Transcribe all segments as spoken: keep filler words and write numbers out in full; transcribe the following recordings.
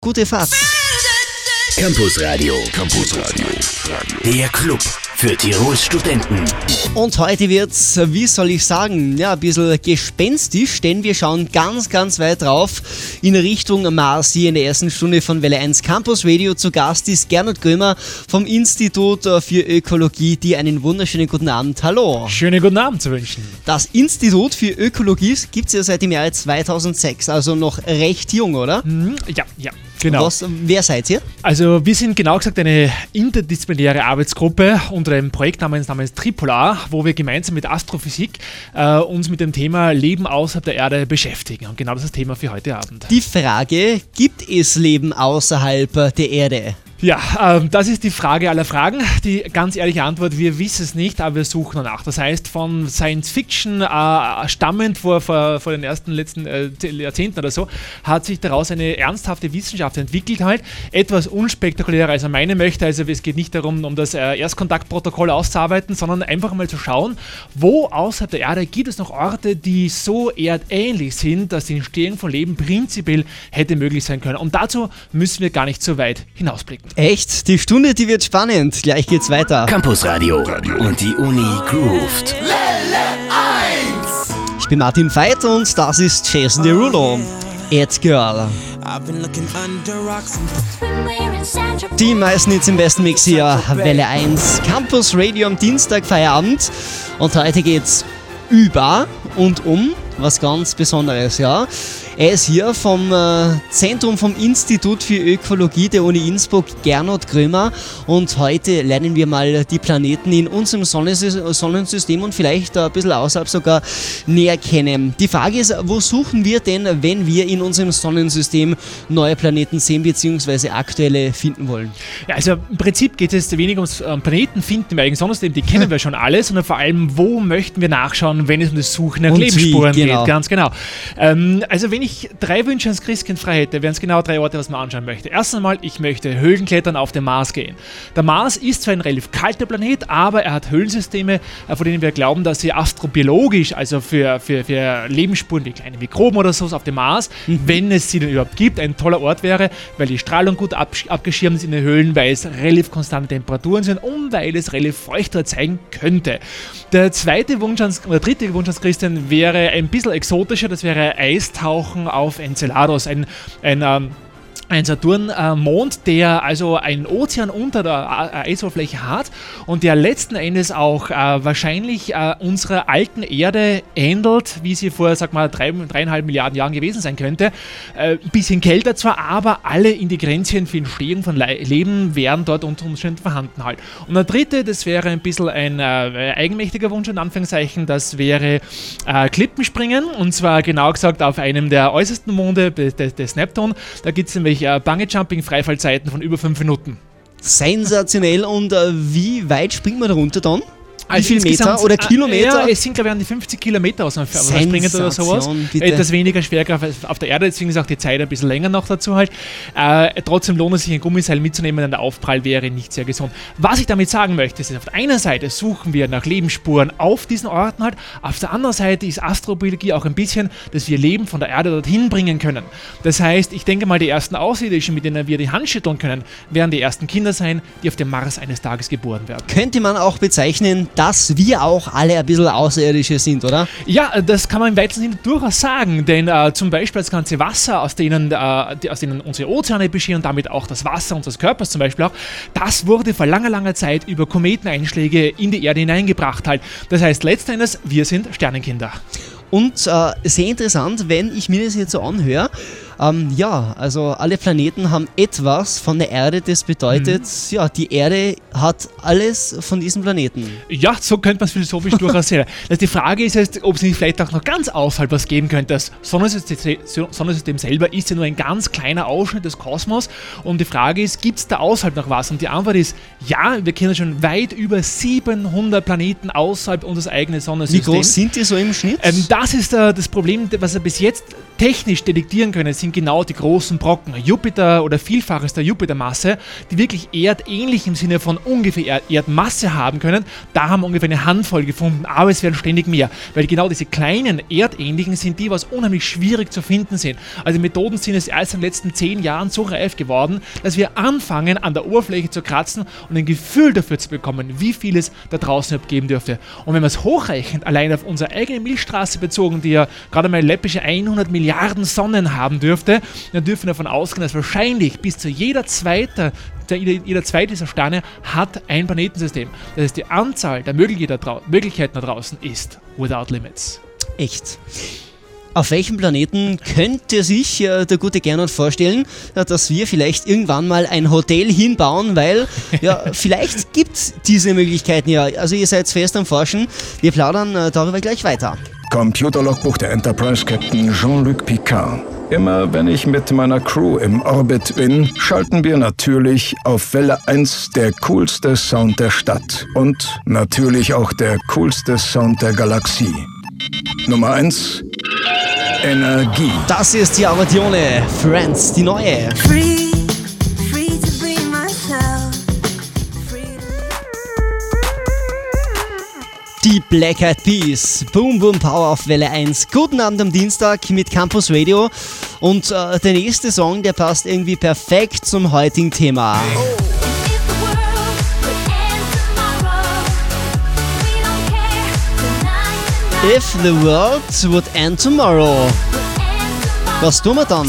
Gute Fahrt. Campus Radio. Campus Radio. Der Club für Tirols Studenten. Und heute wird's, wie soll ich sagen, ja, ein bisschen gespenstisch, denn wir schauen ganz, ganz weit drauf in Richtung Mars. Hier in der ersten Stunde von Welle eins Campus Radio. Zu Gast ist Gernot Grömer vom Institut für Ökologie, die einen wunderschönen guten Abend. Hallo. Schönen guten Abend zu wünschen. Das Institut für Ökologie gibt's ja seit dem Jahre zweitausendsechs, also noch recht jung, oder? Mhm, ja, ja. Genau. Was, wer seid ihr? Also wir sind genau gesagt eine interdisziplinäre Arbeitsgruppe unter einem Projekt namens, namens Tripolar, wo wir gemeinsam mit Astrophysik äh, uns mit dem Thema Leben außerhalb der Erde beschäftigen. Und genau das ist das Thema für heute Abend. Die Frage, gibt es Leben außerhalb der Erde? Ja, äh, das ist die Frage aller Fragen. Die ganz ehrliche Antwort, wir wissen es nicht, aber wir suchen danach. Das heißt, von Science Fiction äh, stammend vor, vor, vor den ersten letzten äh, Jahrzehnten oder so, hat sich daraus eine ernsthafte Wissenschaft entwickelt halt. Etwas unspektakulärer als man meine möchte. Also es geht nicht darum, um das äh, Erstkontaktprotokoll auszuarbeiten, sondern einfach mal zu schauen, wo außerhalb der Erde gibt es noch Orte, die so erdähnlich sind, dass die Entstehung von Leben prinzipiell hätte möglich sein können. Und dazu müssen wir gar nicht so weit hinausblicken. Echt? Die Stunde, die wird spannend. Gleich geht's weiter. Campus Radio und die Uni grooved. Ich bin Martin Veit und das ist Jason Derulo. It's Girl. Die meisten Hits im besten Mix hier. Welle eins Campus Radio am Dienstag Feierabend. Und heute geht's über und um was ganz Besonderes, ja. Er ist hier vom äh, Zentrum vom Institut für Ökologie der Uni Innsbruck, Gernot Grömer. Und heute lernen wir mal die Planeten in unserem Sonnensys- Sonnensystem und vielleicht ein bisschen außerhalb sogar näher kennen. Die Frage ist, wo suchen wir denn, wenn wir in unserem Sonnensystem neue Planeten sehen bzw. aktuelle finden wollen? Ja, also im Prinzip geht es weniger ums ähm, Planeten finden im eigenen Sonnensystem, die kennen wir schon alle, sondern vor allem, wo möchten wir nachschauen, wenn es um das Suchen nach Und Lebensspuren wie, genau. geht. Ganz genau. Ähm, also wenn ich drei Wünsche ans Christkind frei hätte, wären es genau drei Orte, was man anschauen möchte. Erstens einmal, ich möchte Höhlenklettern auf den Mars gehen. Der Mars ist zwar ein relativ kalter Planet, aber er hat Höhlensysteme, von denen wir glauben, dass sie astrobiologisch, also für, für, für Lebensspuren wie kleine Mikroben oder so auf dem Mars, mhm. wenn es sie denn überhaupt gibt, ein toller Ort wäre, weil die Strahlung gut absch- abgeschirmt ist in den Höhlen, weil es relativ konstante Temperaturen sind und weil es relativ feucht dort sein könnte. Der zweite Wunsch ans, oder dritte Wunsch ans Christkind wäre ein bisschen exotischer, das wäre Eistauchen auf Enceladus, ein, ein ähm, ein Saturn-Mond, äh, der also einen Ozean unter der äh, Eisoberfläche hat und der letzten Endes auch äh, wahrscheinlich äh, unserer alten Erde ähnelt, wie sie vor, sag mal, drei, dreieinhalb Milliarden Jahren gewesen sein könnte. Ein äh, bisschen kälter zwar, aber alle Ingredienzien für die Entstehung von Le- Leben wären dort unter Umständen vorhanden halt. Und der dritte, das wäre ein bisschen ein äh, eigenmächtiger Wunsch, in Anführungszeichen, das wäre äh, Klippenspringen und zwar genau gesagt auf einem der äußersten Monde des, des Neptun. Da gibt es nämlich Bungee-Jumping-Freifallzeiten von über fünf Minuten. Sensationell. Und äh, wie weit springt man da runter dann? Wie Also viel Meter oder Kilometer? Ja, es sind glaube ich an die fünfzig Kilometer aus dem Springen oder sowas. Bitte. Etwas weniger Schwerkraft auf der Erde, deswegen ist auch die Zeit ein bisschen länger noch dazu halt. Äh, trotzdem lohnt es sich, ein Gummiseil mitzunehmen, denn der Aufprall wäre nicht sehr gesund. Was ich damit sagen möchte, ist, auf der einen Seite suchen wir nach Lebensspuren auf diesen Orten halt, auf der anderen Seite ist Astrobiologie auch ein bisschen, dass wir Leben von der Erde dorthin bringen können. Das heißt, ich denke mal, die ersten Außerirdischen, mit denen wir die Hand schütteln können, werden die ersten Kinder sein, die auf dem Mars eines Tages geboren werden. Könnte man auch bezeichnen, dass wir auch alle ein bisschen Außerirdische sind, oder? Ja, das kann man im weitesten Sinne durchaus sagen, denn äh, zum Beispiel das ganze Wasser, aus denen, äh, die, aus denen unsere Ozeane bestehen und damit auch das Wasser unseres Körpers zum Beispiel auch, das wurde vor langer, langer Zeit über Kometeneinschläge in die Erde hineingebracht halt. Das heißt letzten Endes, wir sind Sternenkinder. Und äh, sehr interessant, wenn ich mir das jetzt so anhöre, ähm, ja, also alle Planeten haben etwas von der Erde, das bedeutet, mhm. ja, die Erde hat alles von diesem Planeten. Ja, so könnte man es philosophisch durchaus sehen. Also die Frage ist jetzt, ob es nicht vielleicht auch noch ganz außerhalb was geben könnte. Das Sonnensystem, Sonnensystem selber ist ja nur ein ganz kleiner Ausschnitt des Kosmos und die Frage ist, gibt es da außerhalb noch was? Und die Antwort ist, ja, wir kennen schon weit über siebenhundert Planeten außerhalb unseres eigenen Sonnensystems. Wie groß sind die so im Schnitt? Ähm, das ist äh, das Problem, was er bis jetzt technisch detektieren können, sind genau die großen Brocken, Jupiter oder Vielfaches der Jupitermasse, die wirklich erdähnlich im Sinne von ungefähr Erdmasse haben können. Da haben wir ungefähr eine Handvoll gefunden, aber es werden ständig mehr, weil genau diese kleinen erdähnlichen sind die, was unheimlich schwierig zu finden sind. Also die Methoden sind es erst in den letzten zehn Jahren so reif geworden, dass wir anfangen, an der Oberfläche zu kratzen und ein Gefühl dafür zu bekommen, wie viel es da draußen geben dürfte. Und wenn wir es hochrechnen, allein auf unsere eigene Milchstraße bezogen, die ja gerade mal läppische hundert Milliarden Sonnen haben dürfte, dann dürfen wir davon ausgehen, dass wahrscheinlich bis zu jeder zweite Jeder zweite dieser Sterne hat ein Planetensystem. Das heißt, die Anzahl der Möglichkeiten da draußen ist without limits. Echt. Auf welchem Planeten könnte sich äh, der gute Gernot vorstellen, äh, dass wir vielleicht irgendwann mal ein Hotel hinbauen, weil ja, vielleicht gibt es diese Möglichkeiten ja. Also ihr seid fest am Forschen. Wir plaudern äh, darüber gleich weiter. Computerlogbuch der Enterprise Captain Jean-Luc Picard. Immer wenn ich mit meiner Crew im Orbit bin, schalten wir natürlich auf Welle eins der coolste Sound der Stadt. Und natürlich auch der coolste Sound der Galaxie. Nummer eins, Energie. Das ist die Avadione, Friends, die neue. Free, free to be myself. Free Die Black Eyed Peas, Boom Boom Power auf Welle eins. Guten Abend am Dienstag mit Campus Radio. Und äh, der nächste Song, der passt irgendwie perfekt zum heutigen Thema. If the world would end tomorrow. Was tun wir dann?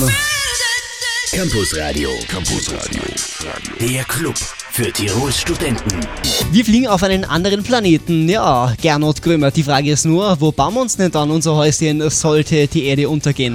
Campus Radio. Campus Radio. Der Club für Tirols Studenten. Wir fliegen auf einen anderen Planeten. Ja, Gernot Grömer, die Frage ist nur, wo bauen wir uns denn dann unser Häuschen, sollte die Erde untergehen?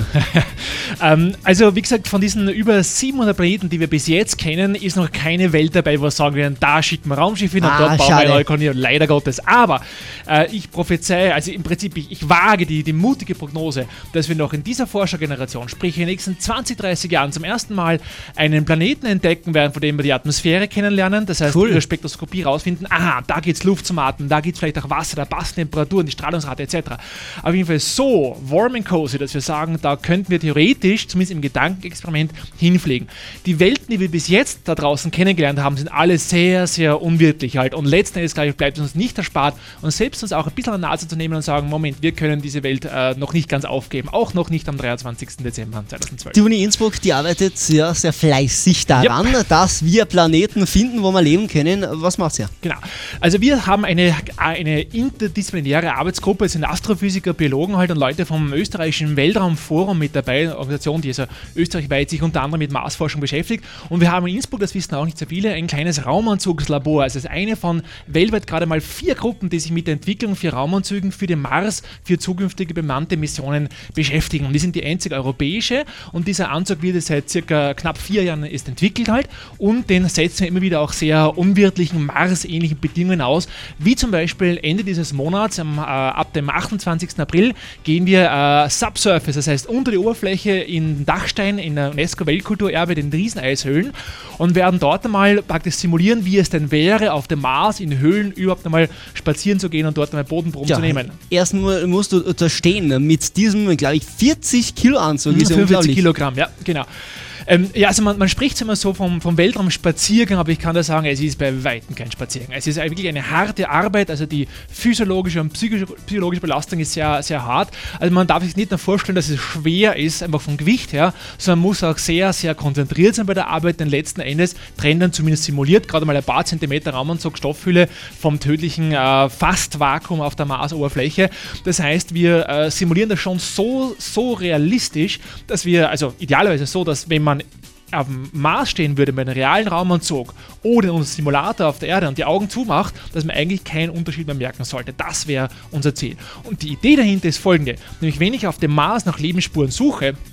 ähm, also wie gesagt, von diesen über siebenhundert Planeten, die wir bis jetzt kennen, ist noch keine Welt dabei, wo wir sagen werden, da schicken wir Raumschiff hin und Ah, dort bauen schade. wir neue Kolonien, leider Gottes. Aber äh, ich prophezeie, also im Prinzip, ich, ich wage die, die mutige Prognose, dass wir noch in dieser Forschergeneration, sprich in den nächsten zwanzig, dreißig Jahren zum ersten Mal einen Planeten entdecken werden, von dem wir die Atmosphäre kennenlernen. Das heißt, Cool. über Spektroskopie rausfinden, aha, da gibt es Luft zum Atmen, da gibt es vielleicht auch Wasser, da passen Temperaturen, die Strahlungsrate et cetera. Auf jeden Fall so warm and cozy, dass wir sagen, da könnten wir theoretisch, zumindest im Gedankenexperiment, hinfliegen. Die Welten, die wir bis jetzt da draußen kennengelernt haben, sind alle sehr, sehr unwirtlich halt. Und letzten Endes, glaube ich, bleibt es uns nicht erspart, uns selbst uns auch ein bisschen an die Nase zu nehmen und sagen, Moment, wir können diese Welt äh, noch nicht ganz aufgeben, auch noch nicht am dreiundzwanzigsten Dezember zweitausendzwölf. Die Uni Innsbruck, die arbeitet ja sehr fleißig daran, dass wir Planeten finden, wo wir leben können. Was macht's ja? Genau. Also wir haben eine, eine interdisziplinäre Arbeitsgruppe, es sind Astrophysiker, Biologen halt und Leute vom österreichischen Weltraumforum mit dabei, eine Organisation, die also österreichweit sich unter anderem mit Marsforschung beschäftigt. Und wir haben in Innsbruck, das wissen auch nicht so viele, ein kleines Raumanzugslabor. Also es ist eine von weltweit gerade mal vier Gruppen, die sich mit der Entwicklung für Raumanzügen für den Mars, für zukünftige bemannte Missionen beschäftigen. Und die sind die einzige europäische und dieser Anzug wird seit circa knapp vier Jahren ist entwickelt halt und den setzen wir immer wieder auch sehr unwirtlichen, Mars-ähnlichen Bedingungen aus, wie zum Beispiel Ende dieses Monats, am, äh, ab dem achtundzwanzigsten April, gehen wir äh, Subsurface, das heißt unter die Oberfläche in Dachstein, in der UNESCO-Weltkulturerbe, den Rieseneishöhlen und werden dort einmal praktisch simulieren, wie es denn wäre, auf dem Mars in Höhlen überhaupt einmal spazieren zu gehen und dort einmal Bodenproben zu nehmen. Erstmal musst du da stehen mit diesem, glaube ich, vierzig Kilo Anzug. Ist ja fünfundvierzig unglaublich. Kilogramm, ja, genau. Ähm, ja, also man, man spricht immer so vom, vom Weltraumspaziergang, aber ich kann da sagen, es ist bei Weitem kein Spaziergang. Es ist wirklich eine harte Arbeit, also die physiologische und psychische, psychologische Belastung ist sehr, sehr hart. Also man darf sich nicht nur vorstellen, dass es schwer ist, einfach vom Gewicht her, sondern man muss auch sehr, sehr konzentriert sein bei der Arbeit, denn letzten Endes trennt dann zumindest simuliert gerade mal ein paar Zentimeter Raumanzug Stoffhülle vom tödlichen äh, Fast-Vakuum auf der Marsoberfläche. Das heißt, wir äh, simulieren das schon so, so realistisch, dass wir, also idealerweise so, dass wenn man auf dem Mars stehen würde mit einem realen Raumanzug oder in unserem Simulator auf der Erde und die Augen zumacht, dass man eigentlich keinen Unterschied mehr merken sollte. Das wäre unser Ziel. Und die Idee dahinter ist folgende, nämlich wenn ich auf dem Mars nach Lebensspuren suche,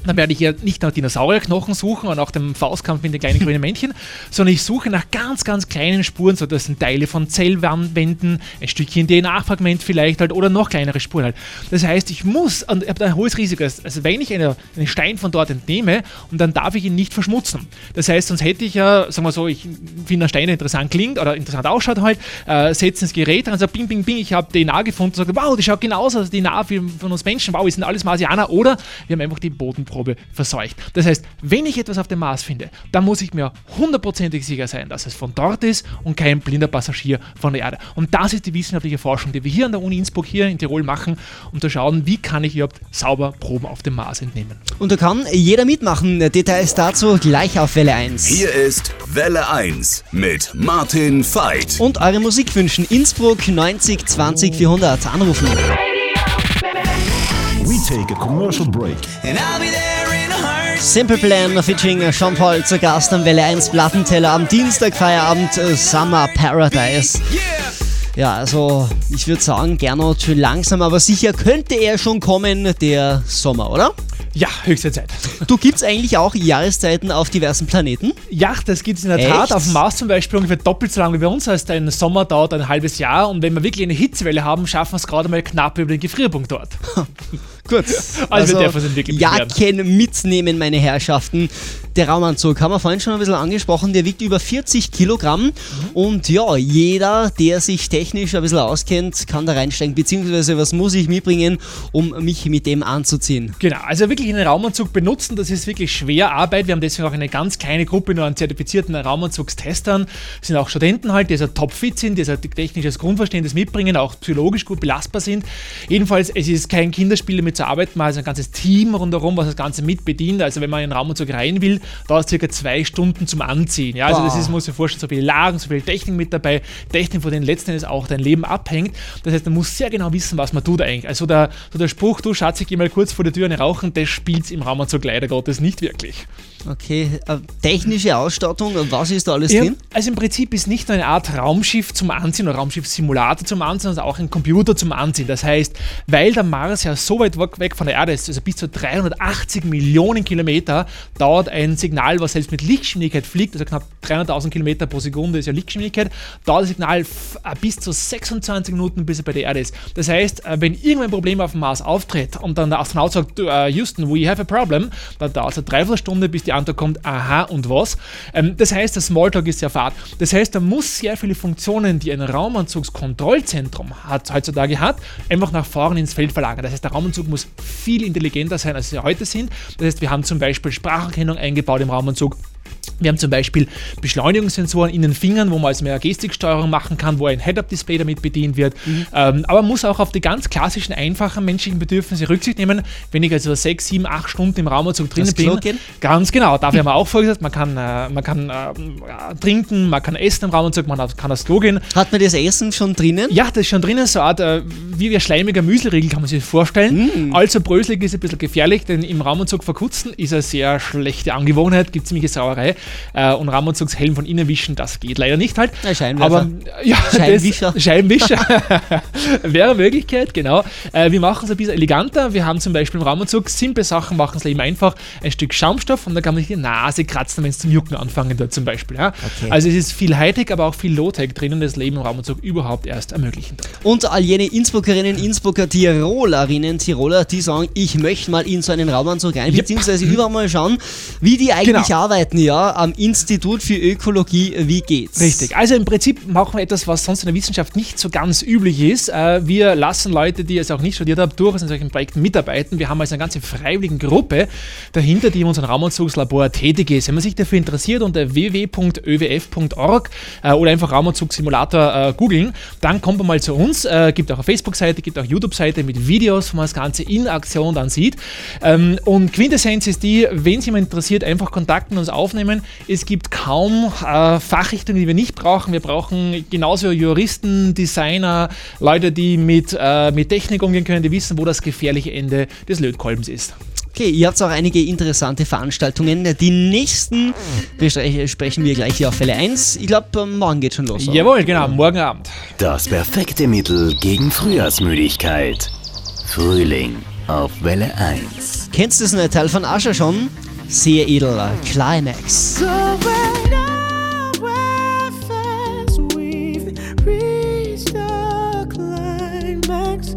dann werde ich ja nicht nach Dinosaurierknochen suchen und nach dem Faustkampf mit den kleinen grünen Männchen, sondern ich suche nach ganz, ganz kleinen Spuren, so das sind Teile von Zellwänden, ein Stückchen D N A-Fragment vielleicht halt oder noch kleinere Spuren halt. Das heißt, ich muss, und ich habe da ein hohes Risiko, also wenn ich eine, einen Stein von dort entnehme, und dann darf ich ihn nicht verschmutzen. Das heißt, sonst hätte ich ja, sagen wir so, ich finde, ein Stein interessant klingt oder interessant ausschaut halt, äh, setze ins Gerät und sage, bing, bing, bing, ich habe D N A gefunden, sage, wow, die schaut genauso aus, D N A von uns Menschen, wow, wir sind alles Marsianer, oder wir haben einfach die Bodenprobe verseucht. Das heißt, wenn ich etwas auf dem Mars finde, dann muss ich mir hundertprozentig sicher sein, dass es von dort ist und kein blinder Passagier von der Erde. Und das ist die wissenschaftliche Forschung, die wir hier an der Uni Innsbruck, hier in Tirol machen, um zu schauen, wie kann ich überhaupt sauber Proben auf dem Mars entnehmen. Und da kann jeder mitmachen. Details dazu gleich auf Welle eins. Hier ist Welle eins mit Martin Veit. Und eure Musikwünschen Innsbruck neunzig zwanzig vierhundert anrufen. We take a commercial break. Simple Plan featuring Sean Paul zu Gast am Welle eins Plattenteller am Dienstag Feierabend äh, Summer Paradise. Ja, also ich würde sagen, Gernot, schön langsam, aber sicher könnte er schon kommen, der Sommer, oder? Ja, höchste Zeit. Du, gibt's eigentlich auch Jahreszeiten auf diversen Planeten? Ja, das gibt es in der Echt? Tat. Auf dem Mars zum Beispiel ungefähr doppelt so lange wie bei uns. Heißt, ein Sommer dauert ein halbes Jahr und wenn wir wirklich eine Hitzewelle haben, schaffen wir es gerade mal knapp über den Gefrierpunkt dort. Gut. Also, wir dürfen uns wirklich Jacken mitnehmen, meine Herrschaften. Der Raumanzug haben wir vorhin schon ein bisschen angesprochen, der wiegt über vierzig Kilogramm mhm. und ja, jeder, der sich technisch ein bisschen auskennt, kann da reinsteigen, beziehungsweise was muss ich mitbringen, um mich mit dem anzuziehen. Genau, also wirklich einen Raumanzug benutzen, das ist wirklich schwer Arbeit. Wir haben deswegen auch eine ganz kleine Gruppe nur an zertifizierten Raumanzugstestern. Das sind auch Studenten halt, die also topfit sind, die also technisches Grundverständnis mitbringen, auch psychologisch gut belastbar sind. Jedenfalls, es ist kein Kinderspiel, damit zu arbeiten, man hat also ein ganzes Team rundherum, was das Ganze mit bedient. Also wenn man in den Raumanzug rein will, dauert es circa zwei Stunden zum Anziehen. Ja, also das ist, muss ich mir vorstellen, so viele Lagen, so viel Technik mit dabei, Technik, von denen letzten Endes auch dein Leben abhängt. Das heißt, man muss sehr genau wissen, was man tut eigentlich. Also der, so der Spruch, du Schatz, ich geh mal kurz vor der Tür eine rauchen, das spielt im Raumanzug leider Gottes nicht wirklich. Okay, äh, technische Ausstattung, was ist da alles ja, drin? Also im Prinzip ist nicht nur eine Art Raumschiff zum Anziehen oder Raumschiff-Simulator zum Anziehen, sondern auch ein Computer zum Anziehen. Das heißt, weil der Mars ja so weit weg von der Erde ist, also bis zu dreihundertachtzig Millionen Kilometer, dauert ein Signal, was selbst mit Lichtgeschwindigkeit fliegt, also knapp dreihunderttausend Kilometer pro Sekunde ist ja Lichtgeschwindigkeit, dauert das Signal f- bis zu sechsundzwanzig Minuten, bis er bei der Erde ist. Das heißt, wenn irgendwann ein Problem auf dem Mars auftritt und dann der Astronaut sagt, uh, Houston, we have a problem, dann dauert es eine Dreiviertelstunde, bis die Antwort kommt, aha und was. Ähm, das heißt, der Smalltalk ist sehr fad. Das heißt, da muss sehr viele Funktionen, die ein Raumanzugskontrollzentrum hat, heutzutage hat, einfach nach vorne ins Feld verlagern. Das heißt, der Raumanzug muss viel intelligenter sein, als sie heute sind. Das heißt, wir haben zum Beispiel Spracherkennung eingebaut im Raumanzug. Wir haben zum Beispiel Beschleunigungssensoren in den Fingern, wo man also mehr Gestiksteuerung machen kann, wo ein Head-Up-Display damit bedient wird. Mhm. Ähm, aber man muss auch auf die ganz klassischen, einfachen menschlichen Bedürfnisse Rücksicht nehmen. Wenn ich also sechs, sieben, acht Stunden im Raumanzug drinnen bin, gehen? Ganz genau, dafür haben wir auch vorgesagt, man kann, äh, man kann äh, trinken, man kann essen im Raumanzug, man kann aufs Klo gehen. Hat man das Essen schon drinnen? Ja, das ist schon drinnen, so eine Art äh, wie ein schleimiger Müsliriegel, kann man sich vorstellen. Mhm. Also bröselig ist ein bisschen gefährlich, denn im Raumanzug verkutzen ist eine sehr schlechte Angewohnheit, gibt ziemliche Sauerei. Äh, und Raumanzugshelm von innen wischen, das geht leider nicht halt. Ja, Scheinwerfer. Aber, ja, Scheinwischer. Das, Scheinwischer wäre eine Möglichkeit, genau. Äh, wir machen es ein bisschen eleganter. Wir haben zum Beispiel im Raumanzug simple Sachen, machen es Leben einfach. Ein Stück Schaumstoff und da kann man sich die Nase kratzen, wenn es zum Jucken anfangen wird zum Beispiel. Ja? Okay. Also es ist viel Hightech, aber auch viel Low-Tech drinnen, das Leben im Raumanzug überhaupt erst ermöglichen wird. Und all jene Innsbruckerinnen, Innsbrucker, Tirolerinnen, Tiroler, die sagen, ich möchte mal in so einen Raumanzug rein, yep. beziehungsweise überall mal schauen, wie die eigentlich genau. arbeiten, ja, am Institut für Ökologie, wie geht's? Richtig, also im Prinzip machen wir etwas, was sonst in der Wissenschaft nicht so ganz üblich ist. Wir lassen Leute, die es auch nicht studiert haben, durchaus in solchen Projekten mitarbeiten. Wir haben also eine ganze freiwillige Gruppe dahinter, die in unserem Raumanzugslabor tätig ist. Wenn man sich dafür interessiert, unter w w w punkt ö w f punkt org oder einfach Raumanzugsimulator googeln, dann kommt man mal zu uns. Es gibt auch eine Facebook-Seite, gibt auch eine YouTube-Seite mit Videos, wo man das Ganze in Aktion dann sieht. Und Quintessenz ist die, wenn Sie jemand interessiert, einfach Kontakt mit uns aufnehmen. Es gibt kaum äh, Fachrichtungen, die wir nicht brauchen. Wir brauchen genauso Juristen, Designer, Leute, die mit, äh, mit Technik umgehen können, die wissen, wo das gefährliche Ende des Lötkolbens ist. Okay, ihr habt auch einige interessante Veranstaltungen. Die nächsten besprechen wir gleich hier auf Welle eins. Ich glaube, morgen geht schon los. Oder? Jawohl, genau, morgen Abend. Das perfekte Mittel gegen Frühjahrsmüdigkeit. Frühling. auf Welle eins. Kennst du das neue Teil von Asher schon? Sehr edel, Climax. So when I wear fast, we've reached the climax.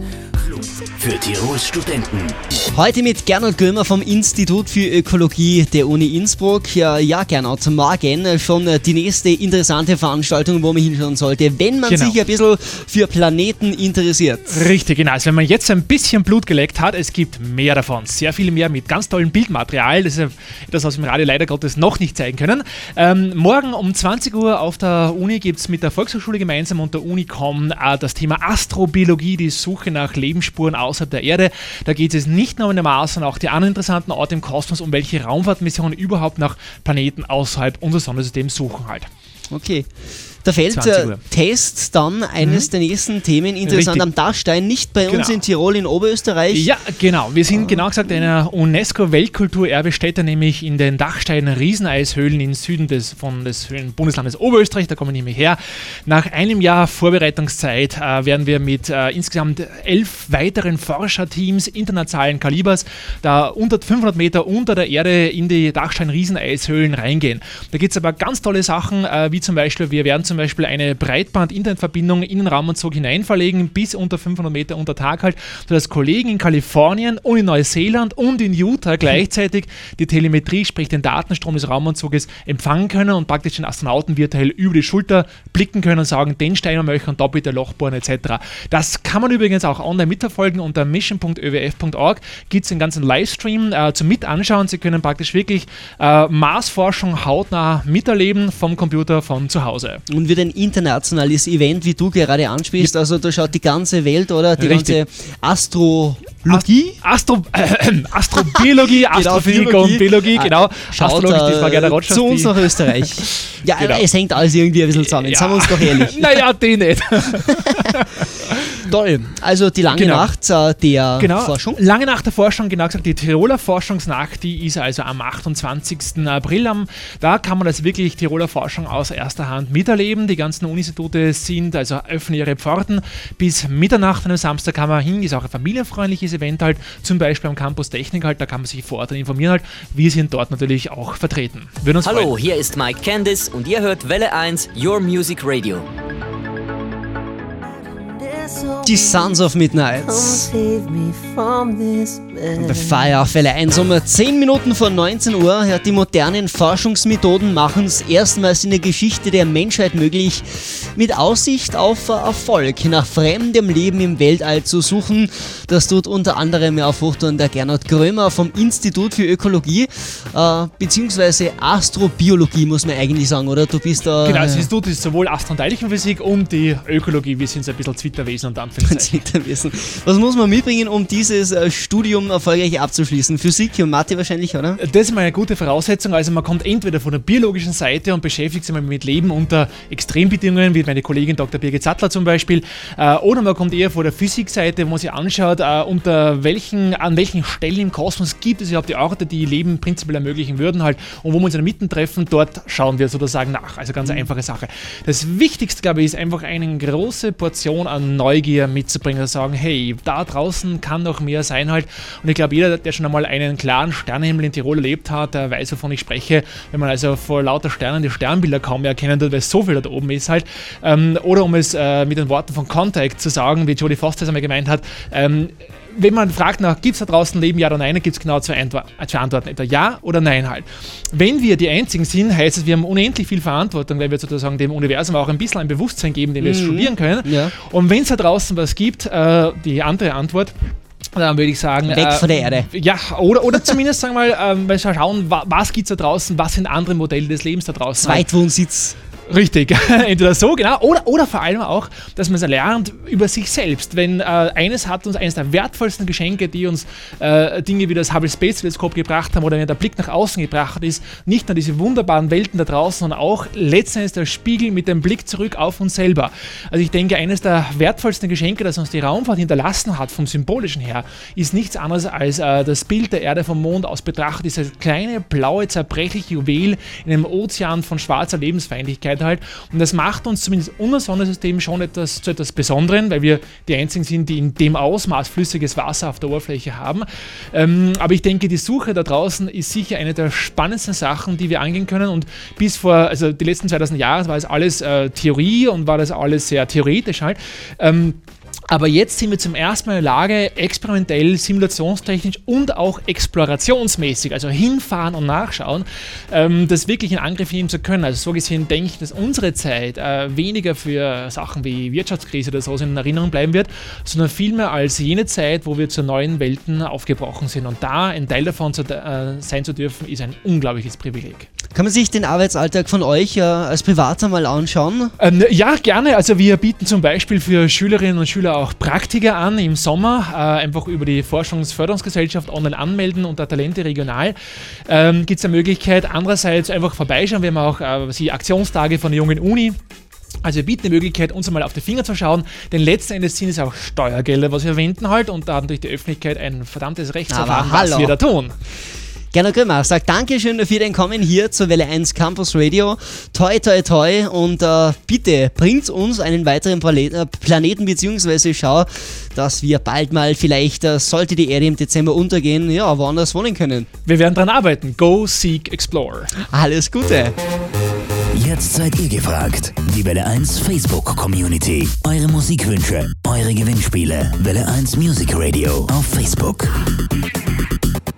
Für Tirols Studenten. Heute mit Gernot Grömer vom Institut für Ökologie der Uni Innsbruck. Ja, ja Gernot, morgen schon die nächste interessante Veranstaltung, wo man hinschauen sollte, wenn man Genau. sich ein bisschen für Planeten interessiert. Richtig, genau. Also wenn man jetzt ein bisschen Blut geleckt hat, es gibt mehr davon. Sehr viel mehr mit ganz tollem Bildmaterial. Das ist ja etwas, was wir im Radio leider Gottes noch nicht zeigen können. Ähm, morgen um zwanzig Uhr auf der Uni gibt es mit der Volkshochschule gemeinsam und der Unicom äh, das Thema Astrobiologie, die Suche nach Lebensspuren außerhalb der Erde. Da geht es nicht nur um den Mars, sondern auch die anderen interessanten Orte im Kosmos, um welche Raumfahrtmissionen überhaupt nach Planeten außerhalb unseres Sonnensystems suchen halt. Okay. Da fällt zwanzig äh, Uhr. Test dann eines der nächsten Themen interessant Richtig. am Dachstein, nicht bei uns Genau. in Tirol, in Oberösterreich. Ja, genau. Wir sind genau gesagt einer UNESCO-Weltkulturerbestätte, nämlich in den Dachsteiner Rieseneishöhlen im Süden des, von des Bundeslandes Oberösterreich. Da kommen wir nämlich her. Nach einem Jahr Vorbereitungszeit äh, werden wir mit äh, insgesamt elf weiteren Forscherteams internationalen Kalibers da unter fünfhundert Meter unter der Erde in die Dachstein-Rieseneishöhlen reingehen. Da gibt es aber ganz tolle Sachen, äh, wie zum Beispiel, wir werden zum Beispiel eine Breitband-Internetverbindung in den Raumanzug hinein verlegen, bis unter fünfhundert Meter unter Tag halt, sodass Kollegen in Kalifornien und in Neuseeland und in Utah gleichzeitig die Telemetrie, sprich den Datenstrom des Raumanzuges, empfangen können und praktisch den Astronauten virtuell über die Schulter blicken können und sagen, den Stein am Möcher und da bitte Loch bohren et cetera. Das kann man übrigens auch online mitverfolgen. Unter mission punkt ö w f punkt org gibt es den ganzen Livestream äh, zum Mitanschauen. Sie können praktisch wirklich äh, Marsforschung hautnah miterleben vom Computer von zu Hause. Und wird ein internationales Event, wie du gerade anspielst. Also da schaut die ganze Welt, oder? Die Richtig. ganze Astrologie. Astro, äh, Astrobiologie, Astrophysik Biologie. und Biologie, Ah, genau. Schaut Astrologik, das war gerne der äh, Rotschast, zu uns die- nach Österreich. Ja, Genau. es hängt alles irgendwie ein bisschen zusammen. Seien wir uns doch ehrlich. Naja, die nicht. Toll. Also die lange Genau. Nacht äh, der Genau, Forschung. lange nach der Forschung, genau gesagt, die Tiroler Forschungsnacht, die ist also am achtundzwanzigsten April. Am, da kann man das wirklich Tiroler Forschung aus erster Hand miterleben. Die ganzen Uninstitute sind, also öffnen ihre Pforten bis Mitternacht an einem Samstag kann man hin. Ist auch ein familienfreundliches Event halt, zum Beispiel am Campus Technik halt, da kann man sich vor Ort informieren halt. Wir sind dort natürlich auch vertreten. Würden uns Hallo, freuen. hier ist Mike Candice und ihr hört Welle eins, Your Music Radio. Die Sons of Midnight. Come save me from this man. The Fire auf Welle eins um zehn Minuten vor neunzehn Uhr. Ja, die modernen Forschungsmethoden machen es erstmals in der Geschichte der Menschheit möglich, mit Aussicht auf Erfolg nach fremdem Leben im Weltall zu suchen. Das tut unter anderem ja auf Hochtouren der Gernot Grömer vom Institut für Ökologie, äh, beziehungsweise Astrobiologie, muss man eigentlich sagen, oder? Du bist da... Genau, das Institut ist sowohl Astro- und Teilchenphysik und die Ökologie. Wir sind so ein bisschen Zwitterwesen und Anführungszeichen. wissen. Was muss man mitbringen, um dieses äh, Studium erfolgreich abzuschließen? Physik und Mathe wahrscheinlich, oder? Das ist mal eine gute Voraussetzung. Also man kommt entweder von der biologischen Seite und beschäftigt sich mal mit Leben unter Extrembedingungen, wie meine Kollegin Doktor Birgit Sattler zum Beispiel, äh, oder man kommt eher von der Physikseite, wo man sich anschaut, äh, unter welchen, an welchen Stellen im Kosmos gibt es überhaupt die Orte, die Leben prinzipiell ermöglichen würden halt, und wo wir uns in der Mitte treffen, dort schauen wir sozusagen nach. Also ganz einfache Sache. Das Wichtigste, glaube ich, ist einfach eine große Portion an Neugier mitzubringen und sagen, hey, da draußen kann noch mehr sein halt. Und ich glaube, jeder, der schon einmal einen klaren Sternenhimmel in Tirol erlebt hat, der weiß, wovon ich spreche. Wenn man also vor lauter Sternen die Sternbilder kaum mehr erkennen tut, weil so viel da oben ist halt. Ähm, oder um es äh, mit den Worten von Contact zu sagen, wie Jodie Foster es einmal gemeint hat, ähm, wenn man fragt nach, gibt es da draußen Leben, ja oder nein, dann gibt es genau zwei, Antwo- zwei Antworten, etwa ja oder nein halt. Wenn wir die Einzigen sind, heißt es, wir haben unendlich viel Verantwortung, weil wir sozusagen dem Universum auch ein bisschen ein Bewusstsein geben, dem wir jetzt studieren können. Ja. Und wenn es da draußen was gibt, äh, die andere Antwort, dann würde ich sagen... Weg äh, von der Erde. Ja, oder, oder zumindest sagen wir mal, ähm, mal schauen, wa- was gibt es da draußen, was sind andere Modelle des Lebens da draußen. Zweitwohnsitz. Richtig, entweder so, genau, oder, oder vor allem auch, dass man es lernt über sich selbst. Wenn äh, eines hat uns eines der wertvollsten Geschenke, die uns äh, Dinge wie das Hubble Space Teleskop gebracht haben oder wenn der Blick nach außen gebracht ist, nicht nur diese wunderbaren Welten da draußen, sondern auch letztendlich der Spiegel mit dem Blick zurück auf uns selber. Also ich denke, eines der wertvollsten Geschenke, das uns die Raumfahrt hinterlassen hat, vom Symbolischen her, ist nichts anderes als äh, das Bild der Erde vom Mond aus betrachtet, dieses kleine, blaue, zerbrechliche Juwel in einem Ozean von schwarzer Lebensfeindlichkeit, Zeit halt. Und das macht uns zumindest unser Sonnensystem schon etwas zu etwas Besonderem, weil wir die einzigen sind, die in dem Ausmaß flüssiges Wasser auf der Oberfläche haben. Ähm, aber ich denke, die Suche da draußen ist sicher eine der spannendsten Sachen, die wir angehen können. Und bis vor, also die letzten zweitausend Jahre war es alles äh, Theorie und war das alles sehr theoretisch halt. Ähm, Aber jetzt sind wir zum ersten Mal in der Lage, experimentell, simulationstechnisch und auch explorationsmäßig, also hinfahren und nachschauen, ähm, das wirklich in Angriff nehmen zu können. Also so gesehen denke ich, dass unsere Zeit äh, weniger für Sachen wie Wirtschaftskrise oder so in Erinnerung bleiben wird, sondern vielmehr als jene Zeit, wo wir zu neuen Welten aufgebrochen sind. Und da ein Teil davon zu, äh, sein zu dürfen, ist ein unglaubliches Privileg. Kann man sich den Arbeitsalltag von euch äh, als Privater mal anschauen? Ähm, ja, gerne. Also wir bieten zum Beispiel für Schülerinnen und Schüler auch Praktika an im Sommer, äh, einfach über die Forschungsförderungsgesellschaft online anmelden unter Talente regional. Ähm, gibt es eine Möglichkeit, andererseits einfach vorbeischauen. Wir haben auch äh, die Aktionstage von der Jungen Uni. Also wir bieten die Möglichkeit, uns einmal auf die Finger zu schauen, denn letzten Endes sind es auch Steuergelder, was wir verwenden halt, und da hat natürlich die Öffentlichkeit ein verdammtes Recht zu erfahren, was wir da tun. Gernot Grömer sagt Dankeschön für dein Kommen hier zur Welle eins Campus Radio. Toi, toi, toi. Und äh, bitte bringt uns einen weiteren Pla- Planeten, beziehungsweise schau, dass wir bald mal vielleicht, äh, sollte die Erde im Dezember untergehen, ja, woanders wohnen können. Wir werden dran arbeiten. Go, seek, explore. Alles Gute. Jetzt seid ihr gefragt. Die Welle eins Facebook-Community. Eure Musikwünsche, eure Gewinnspiele. Welle eins Music Radio auf Facebook.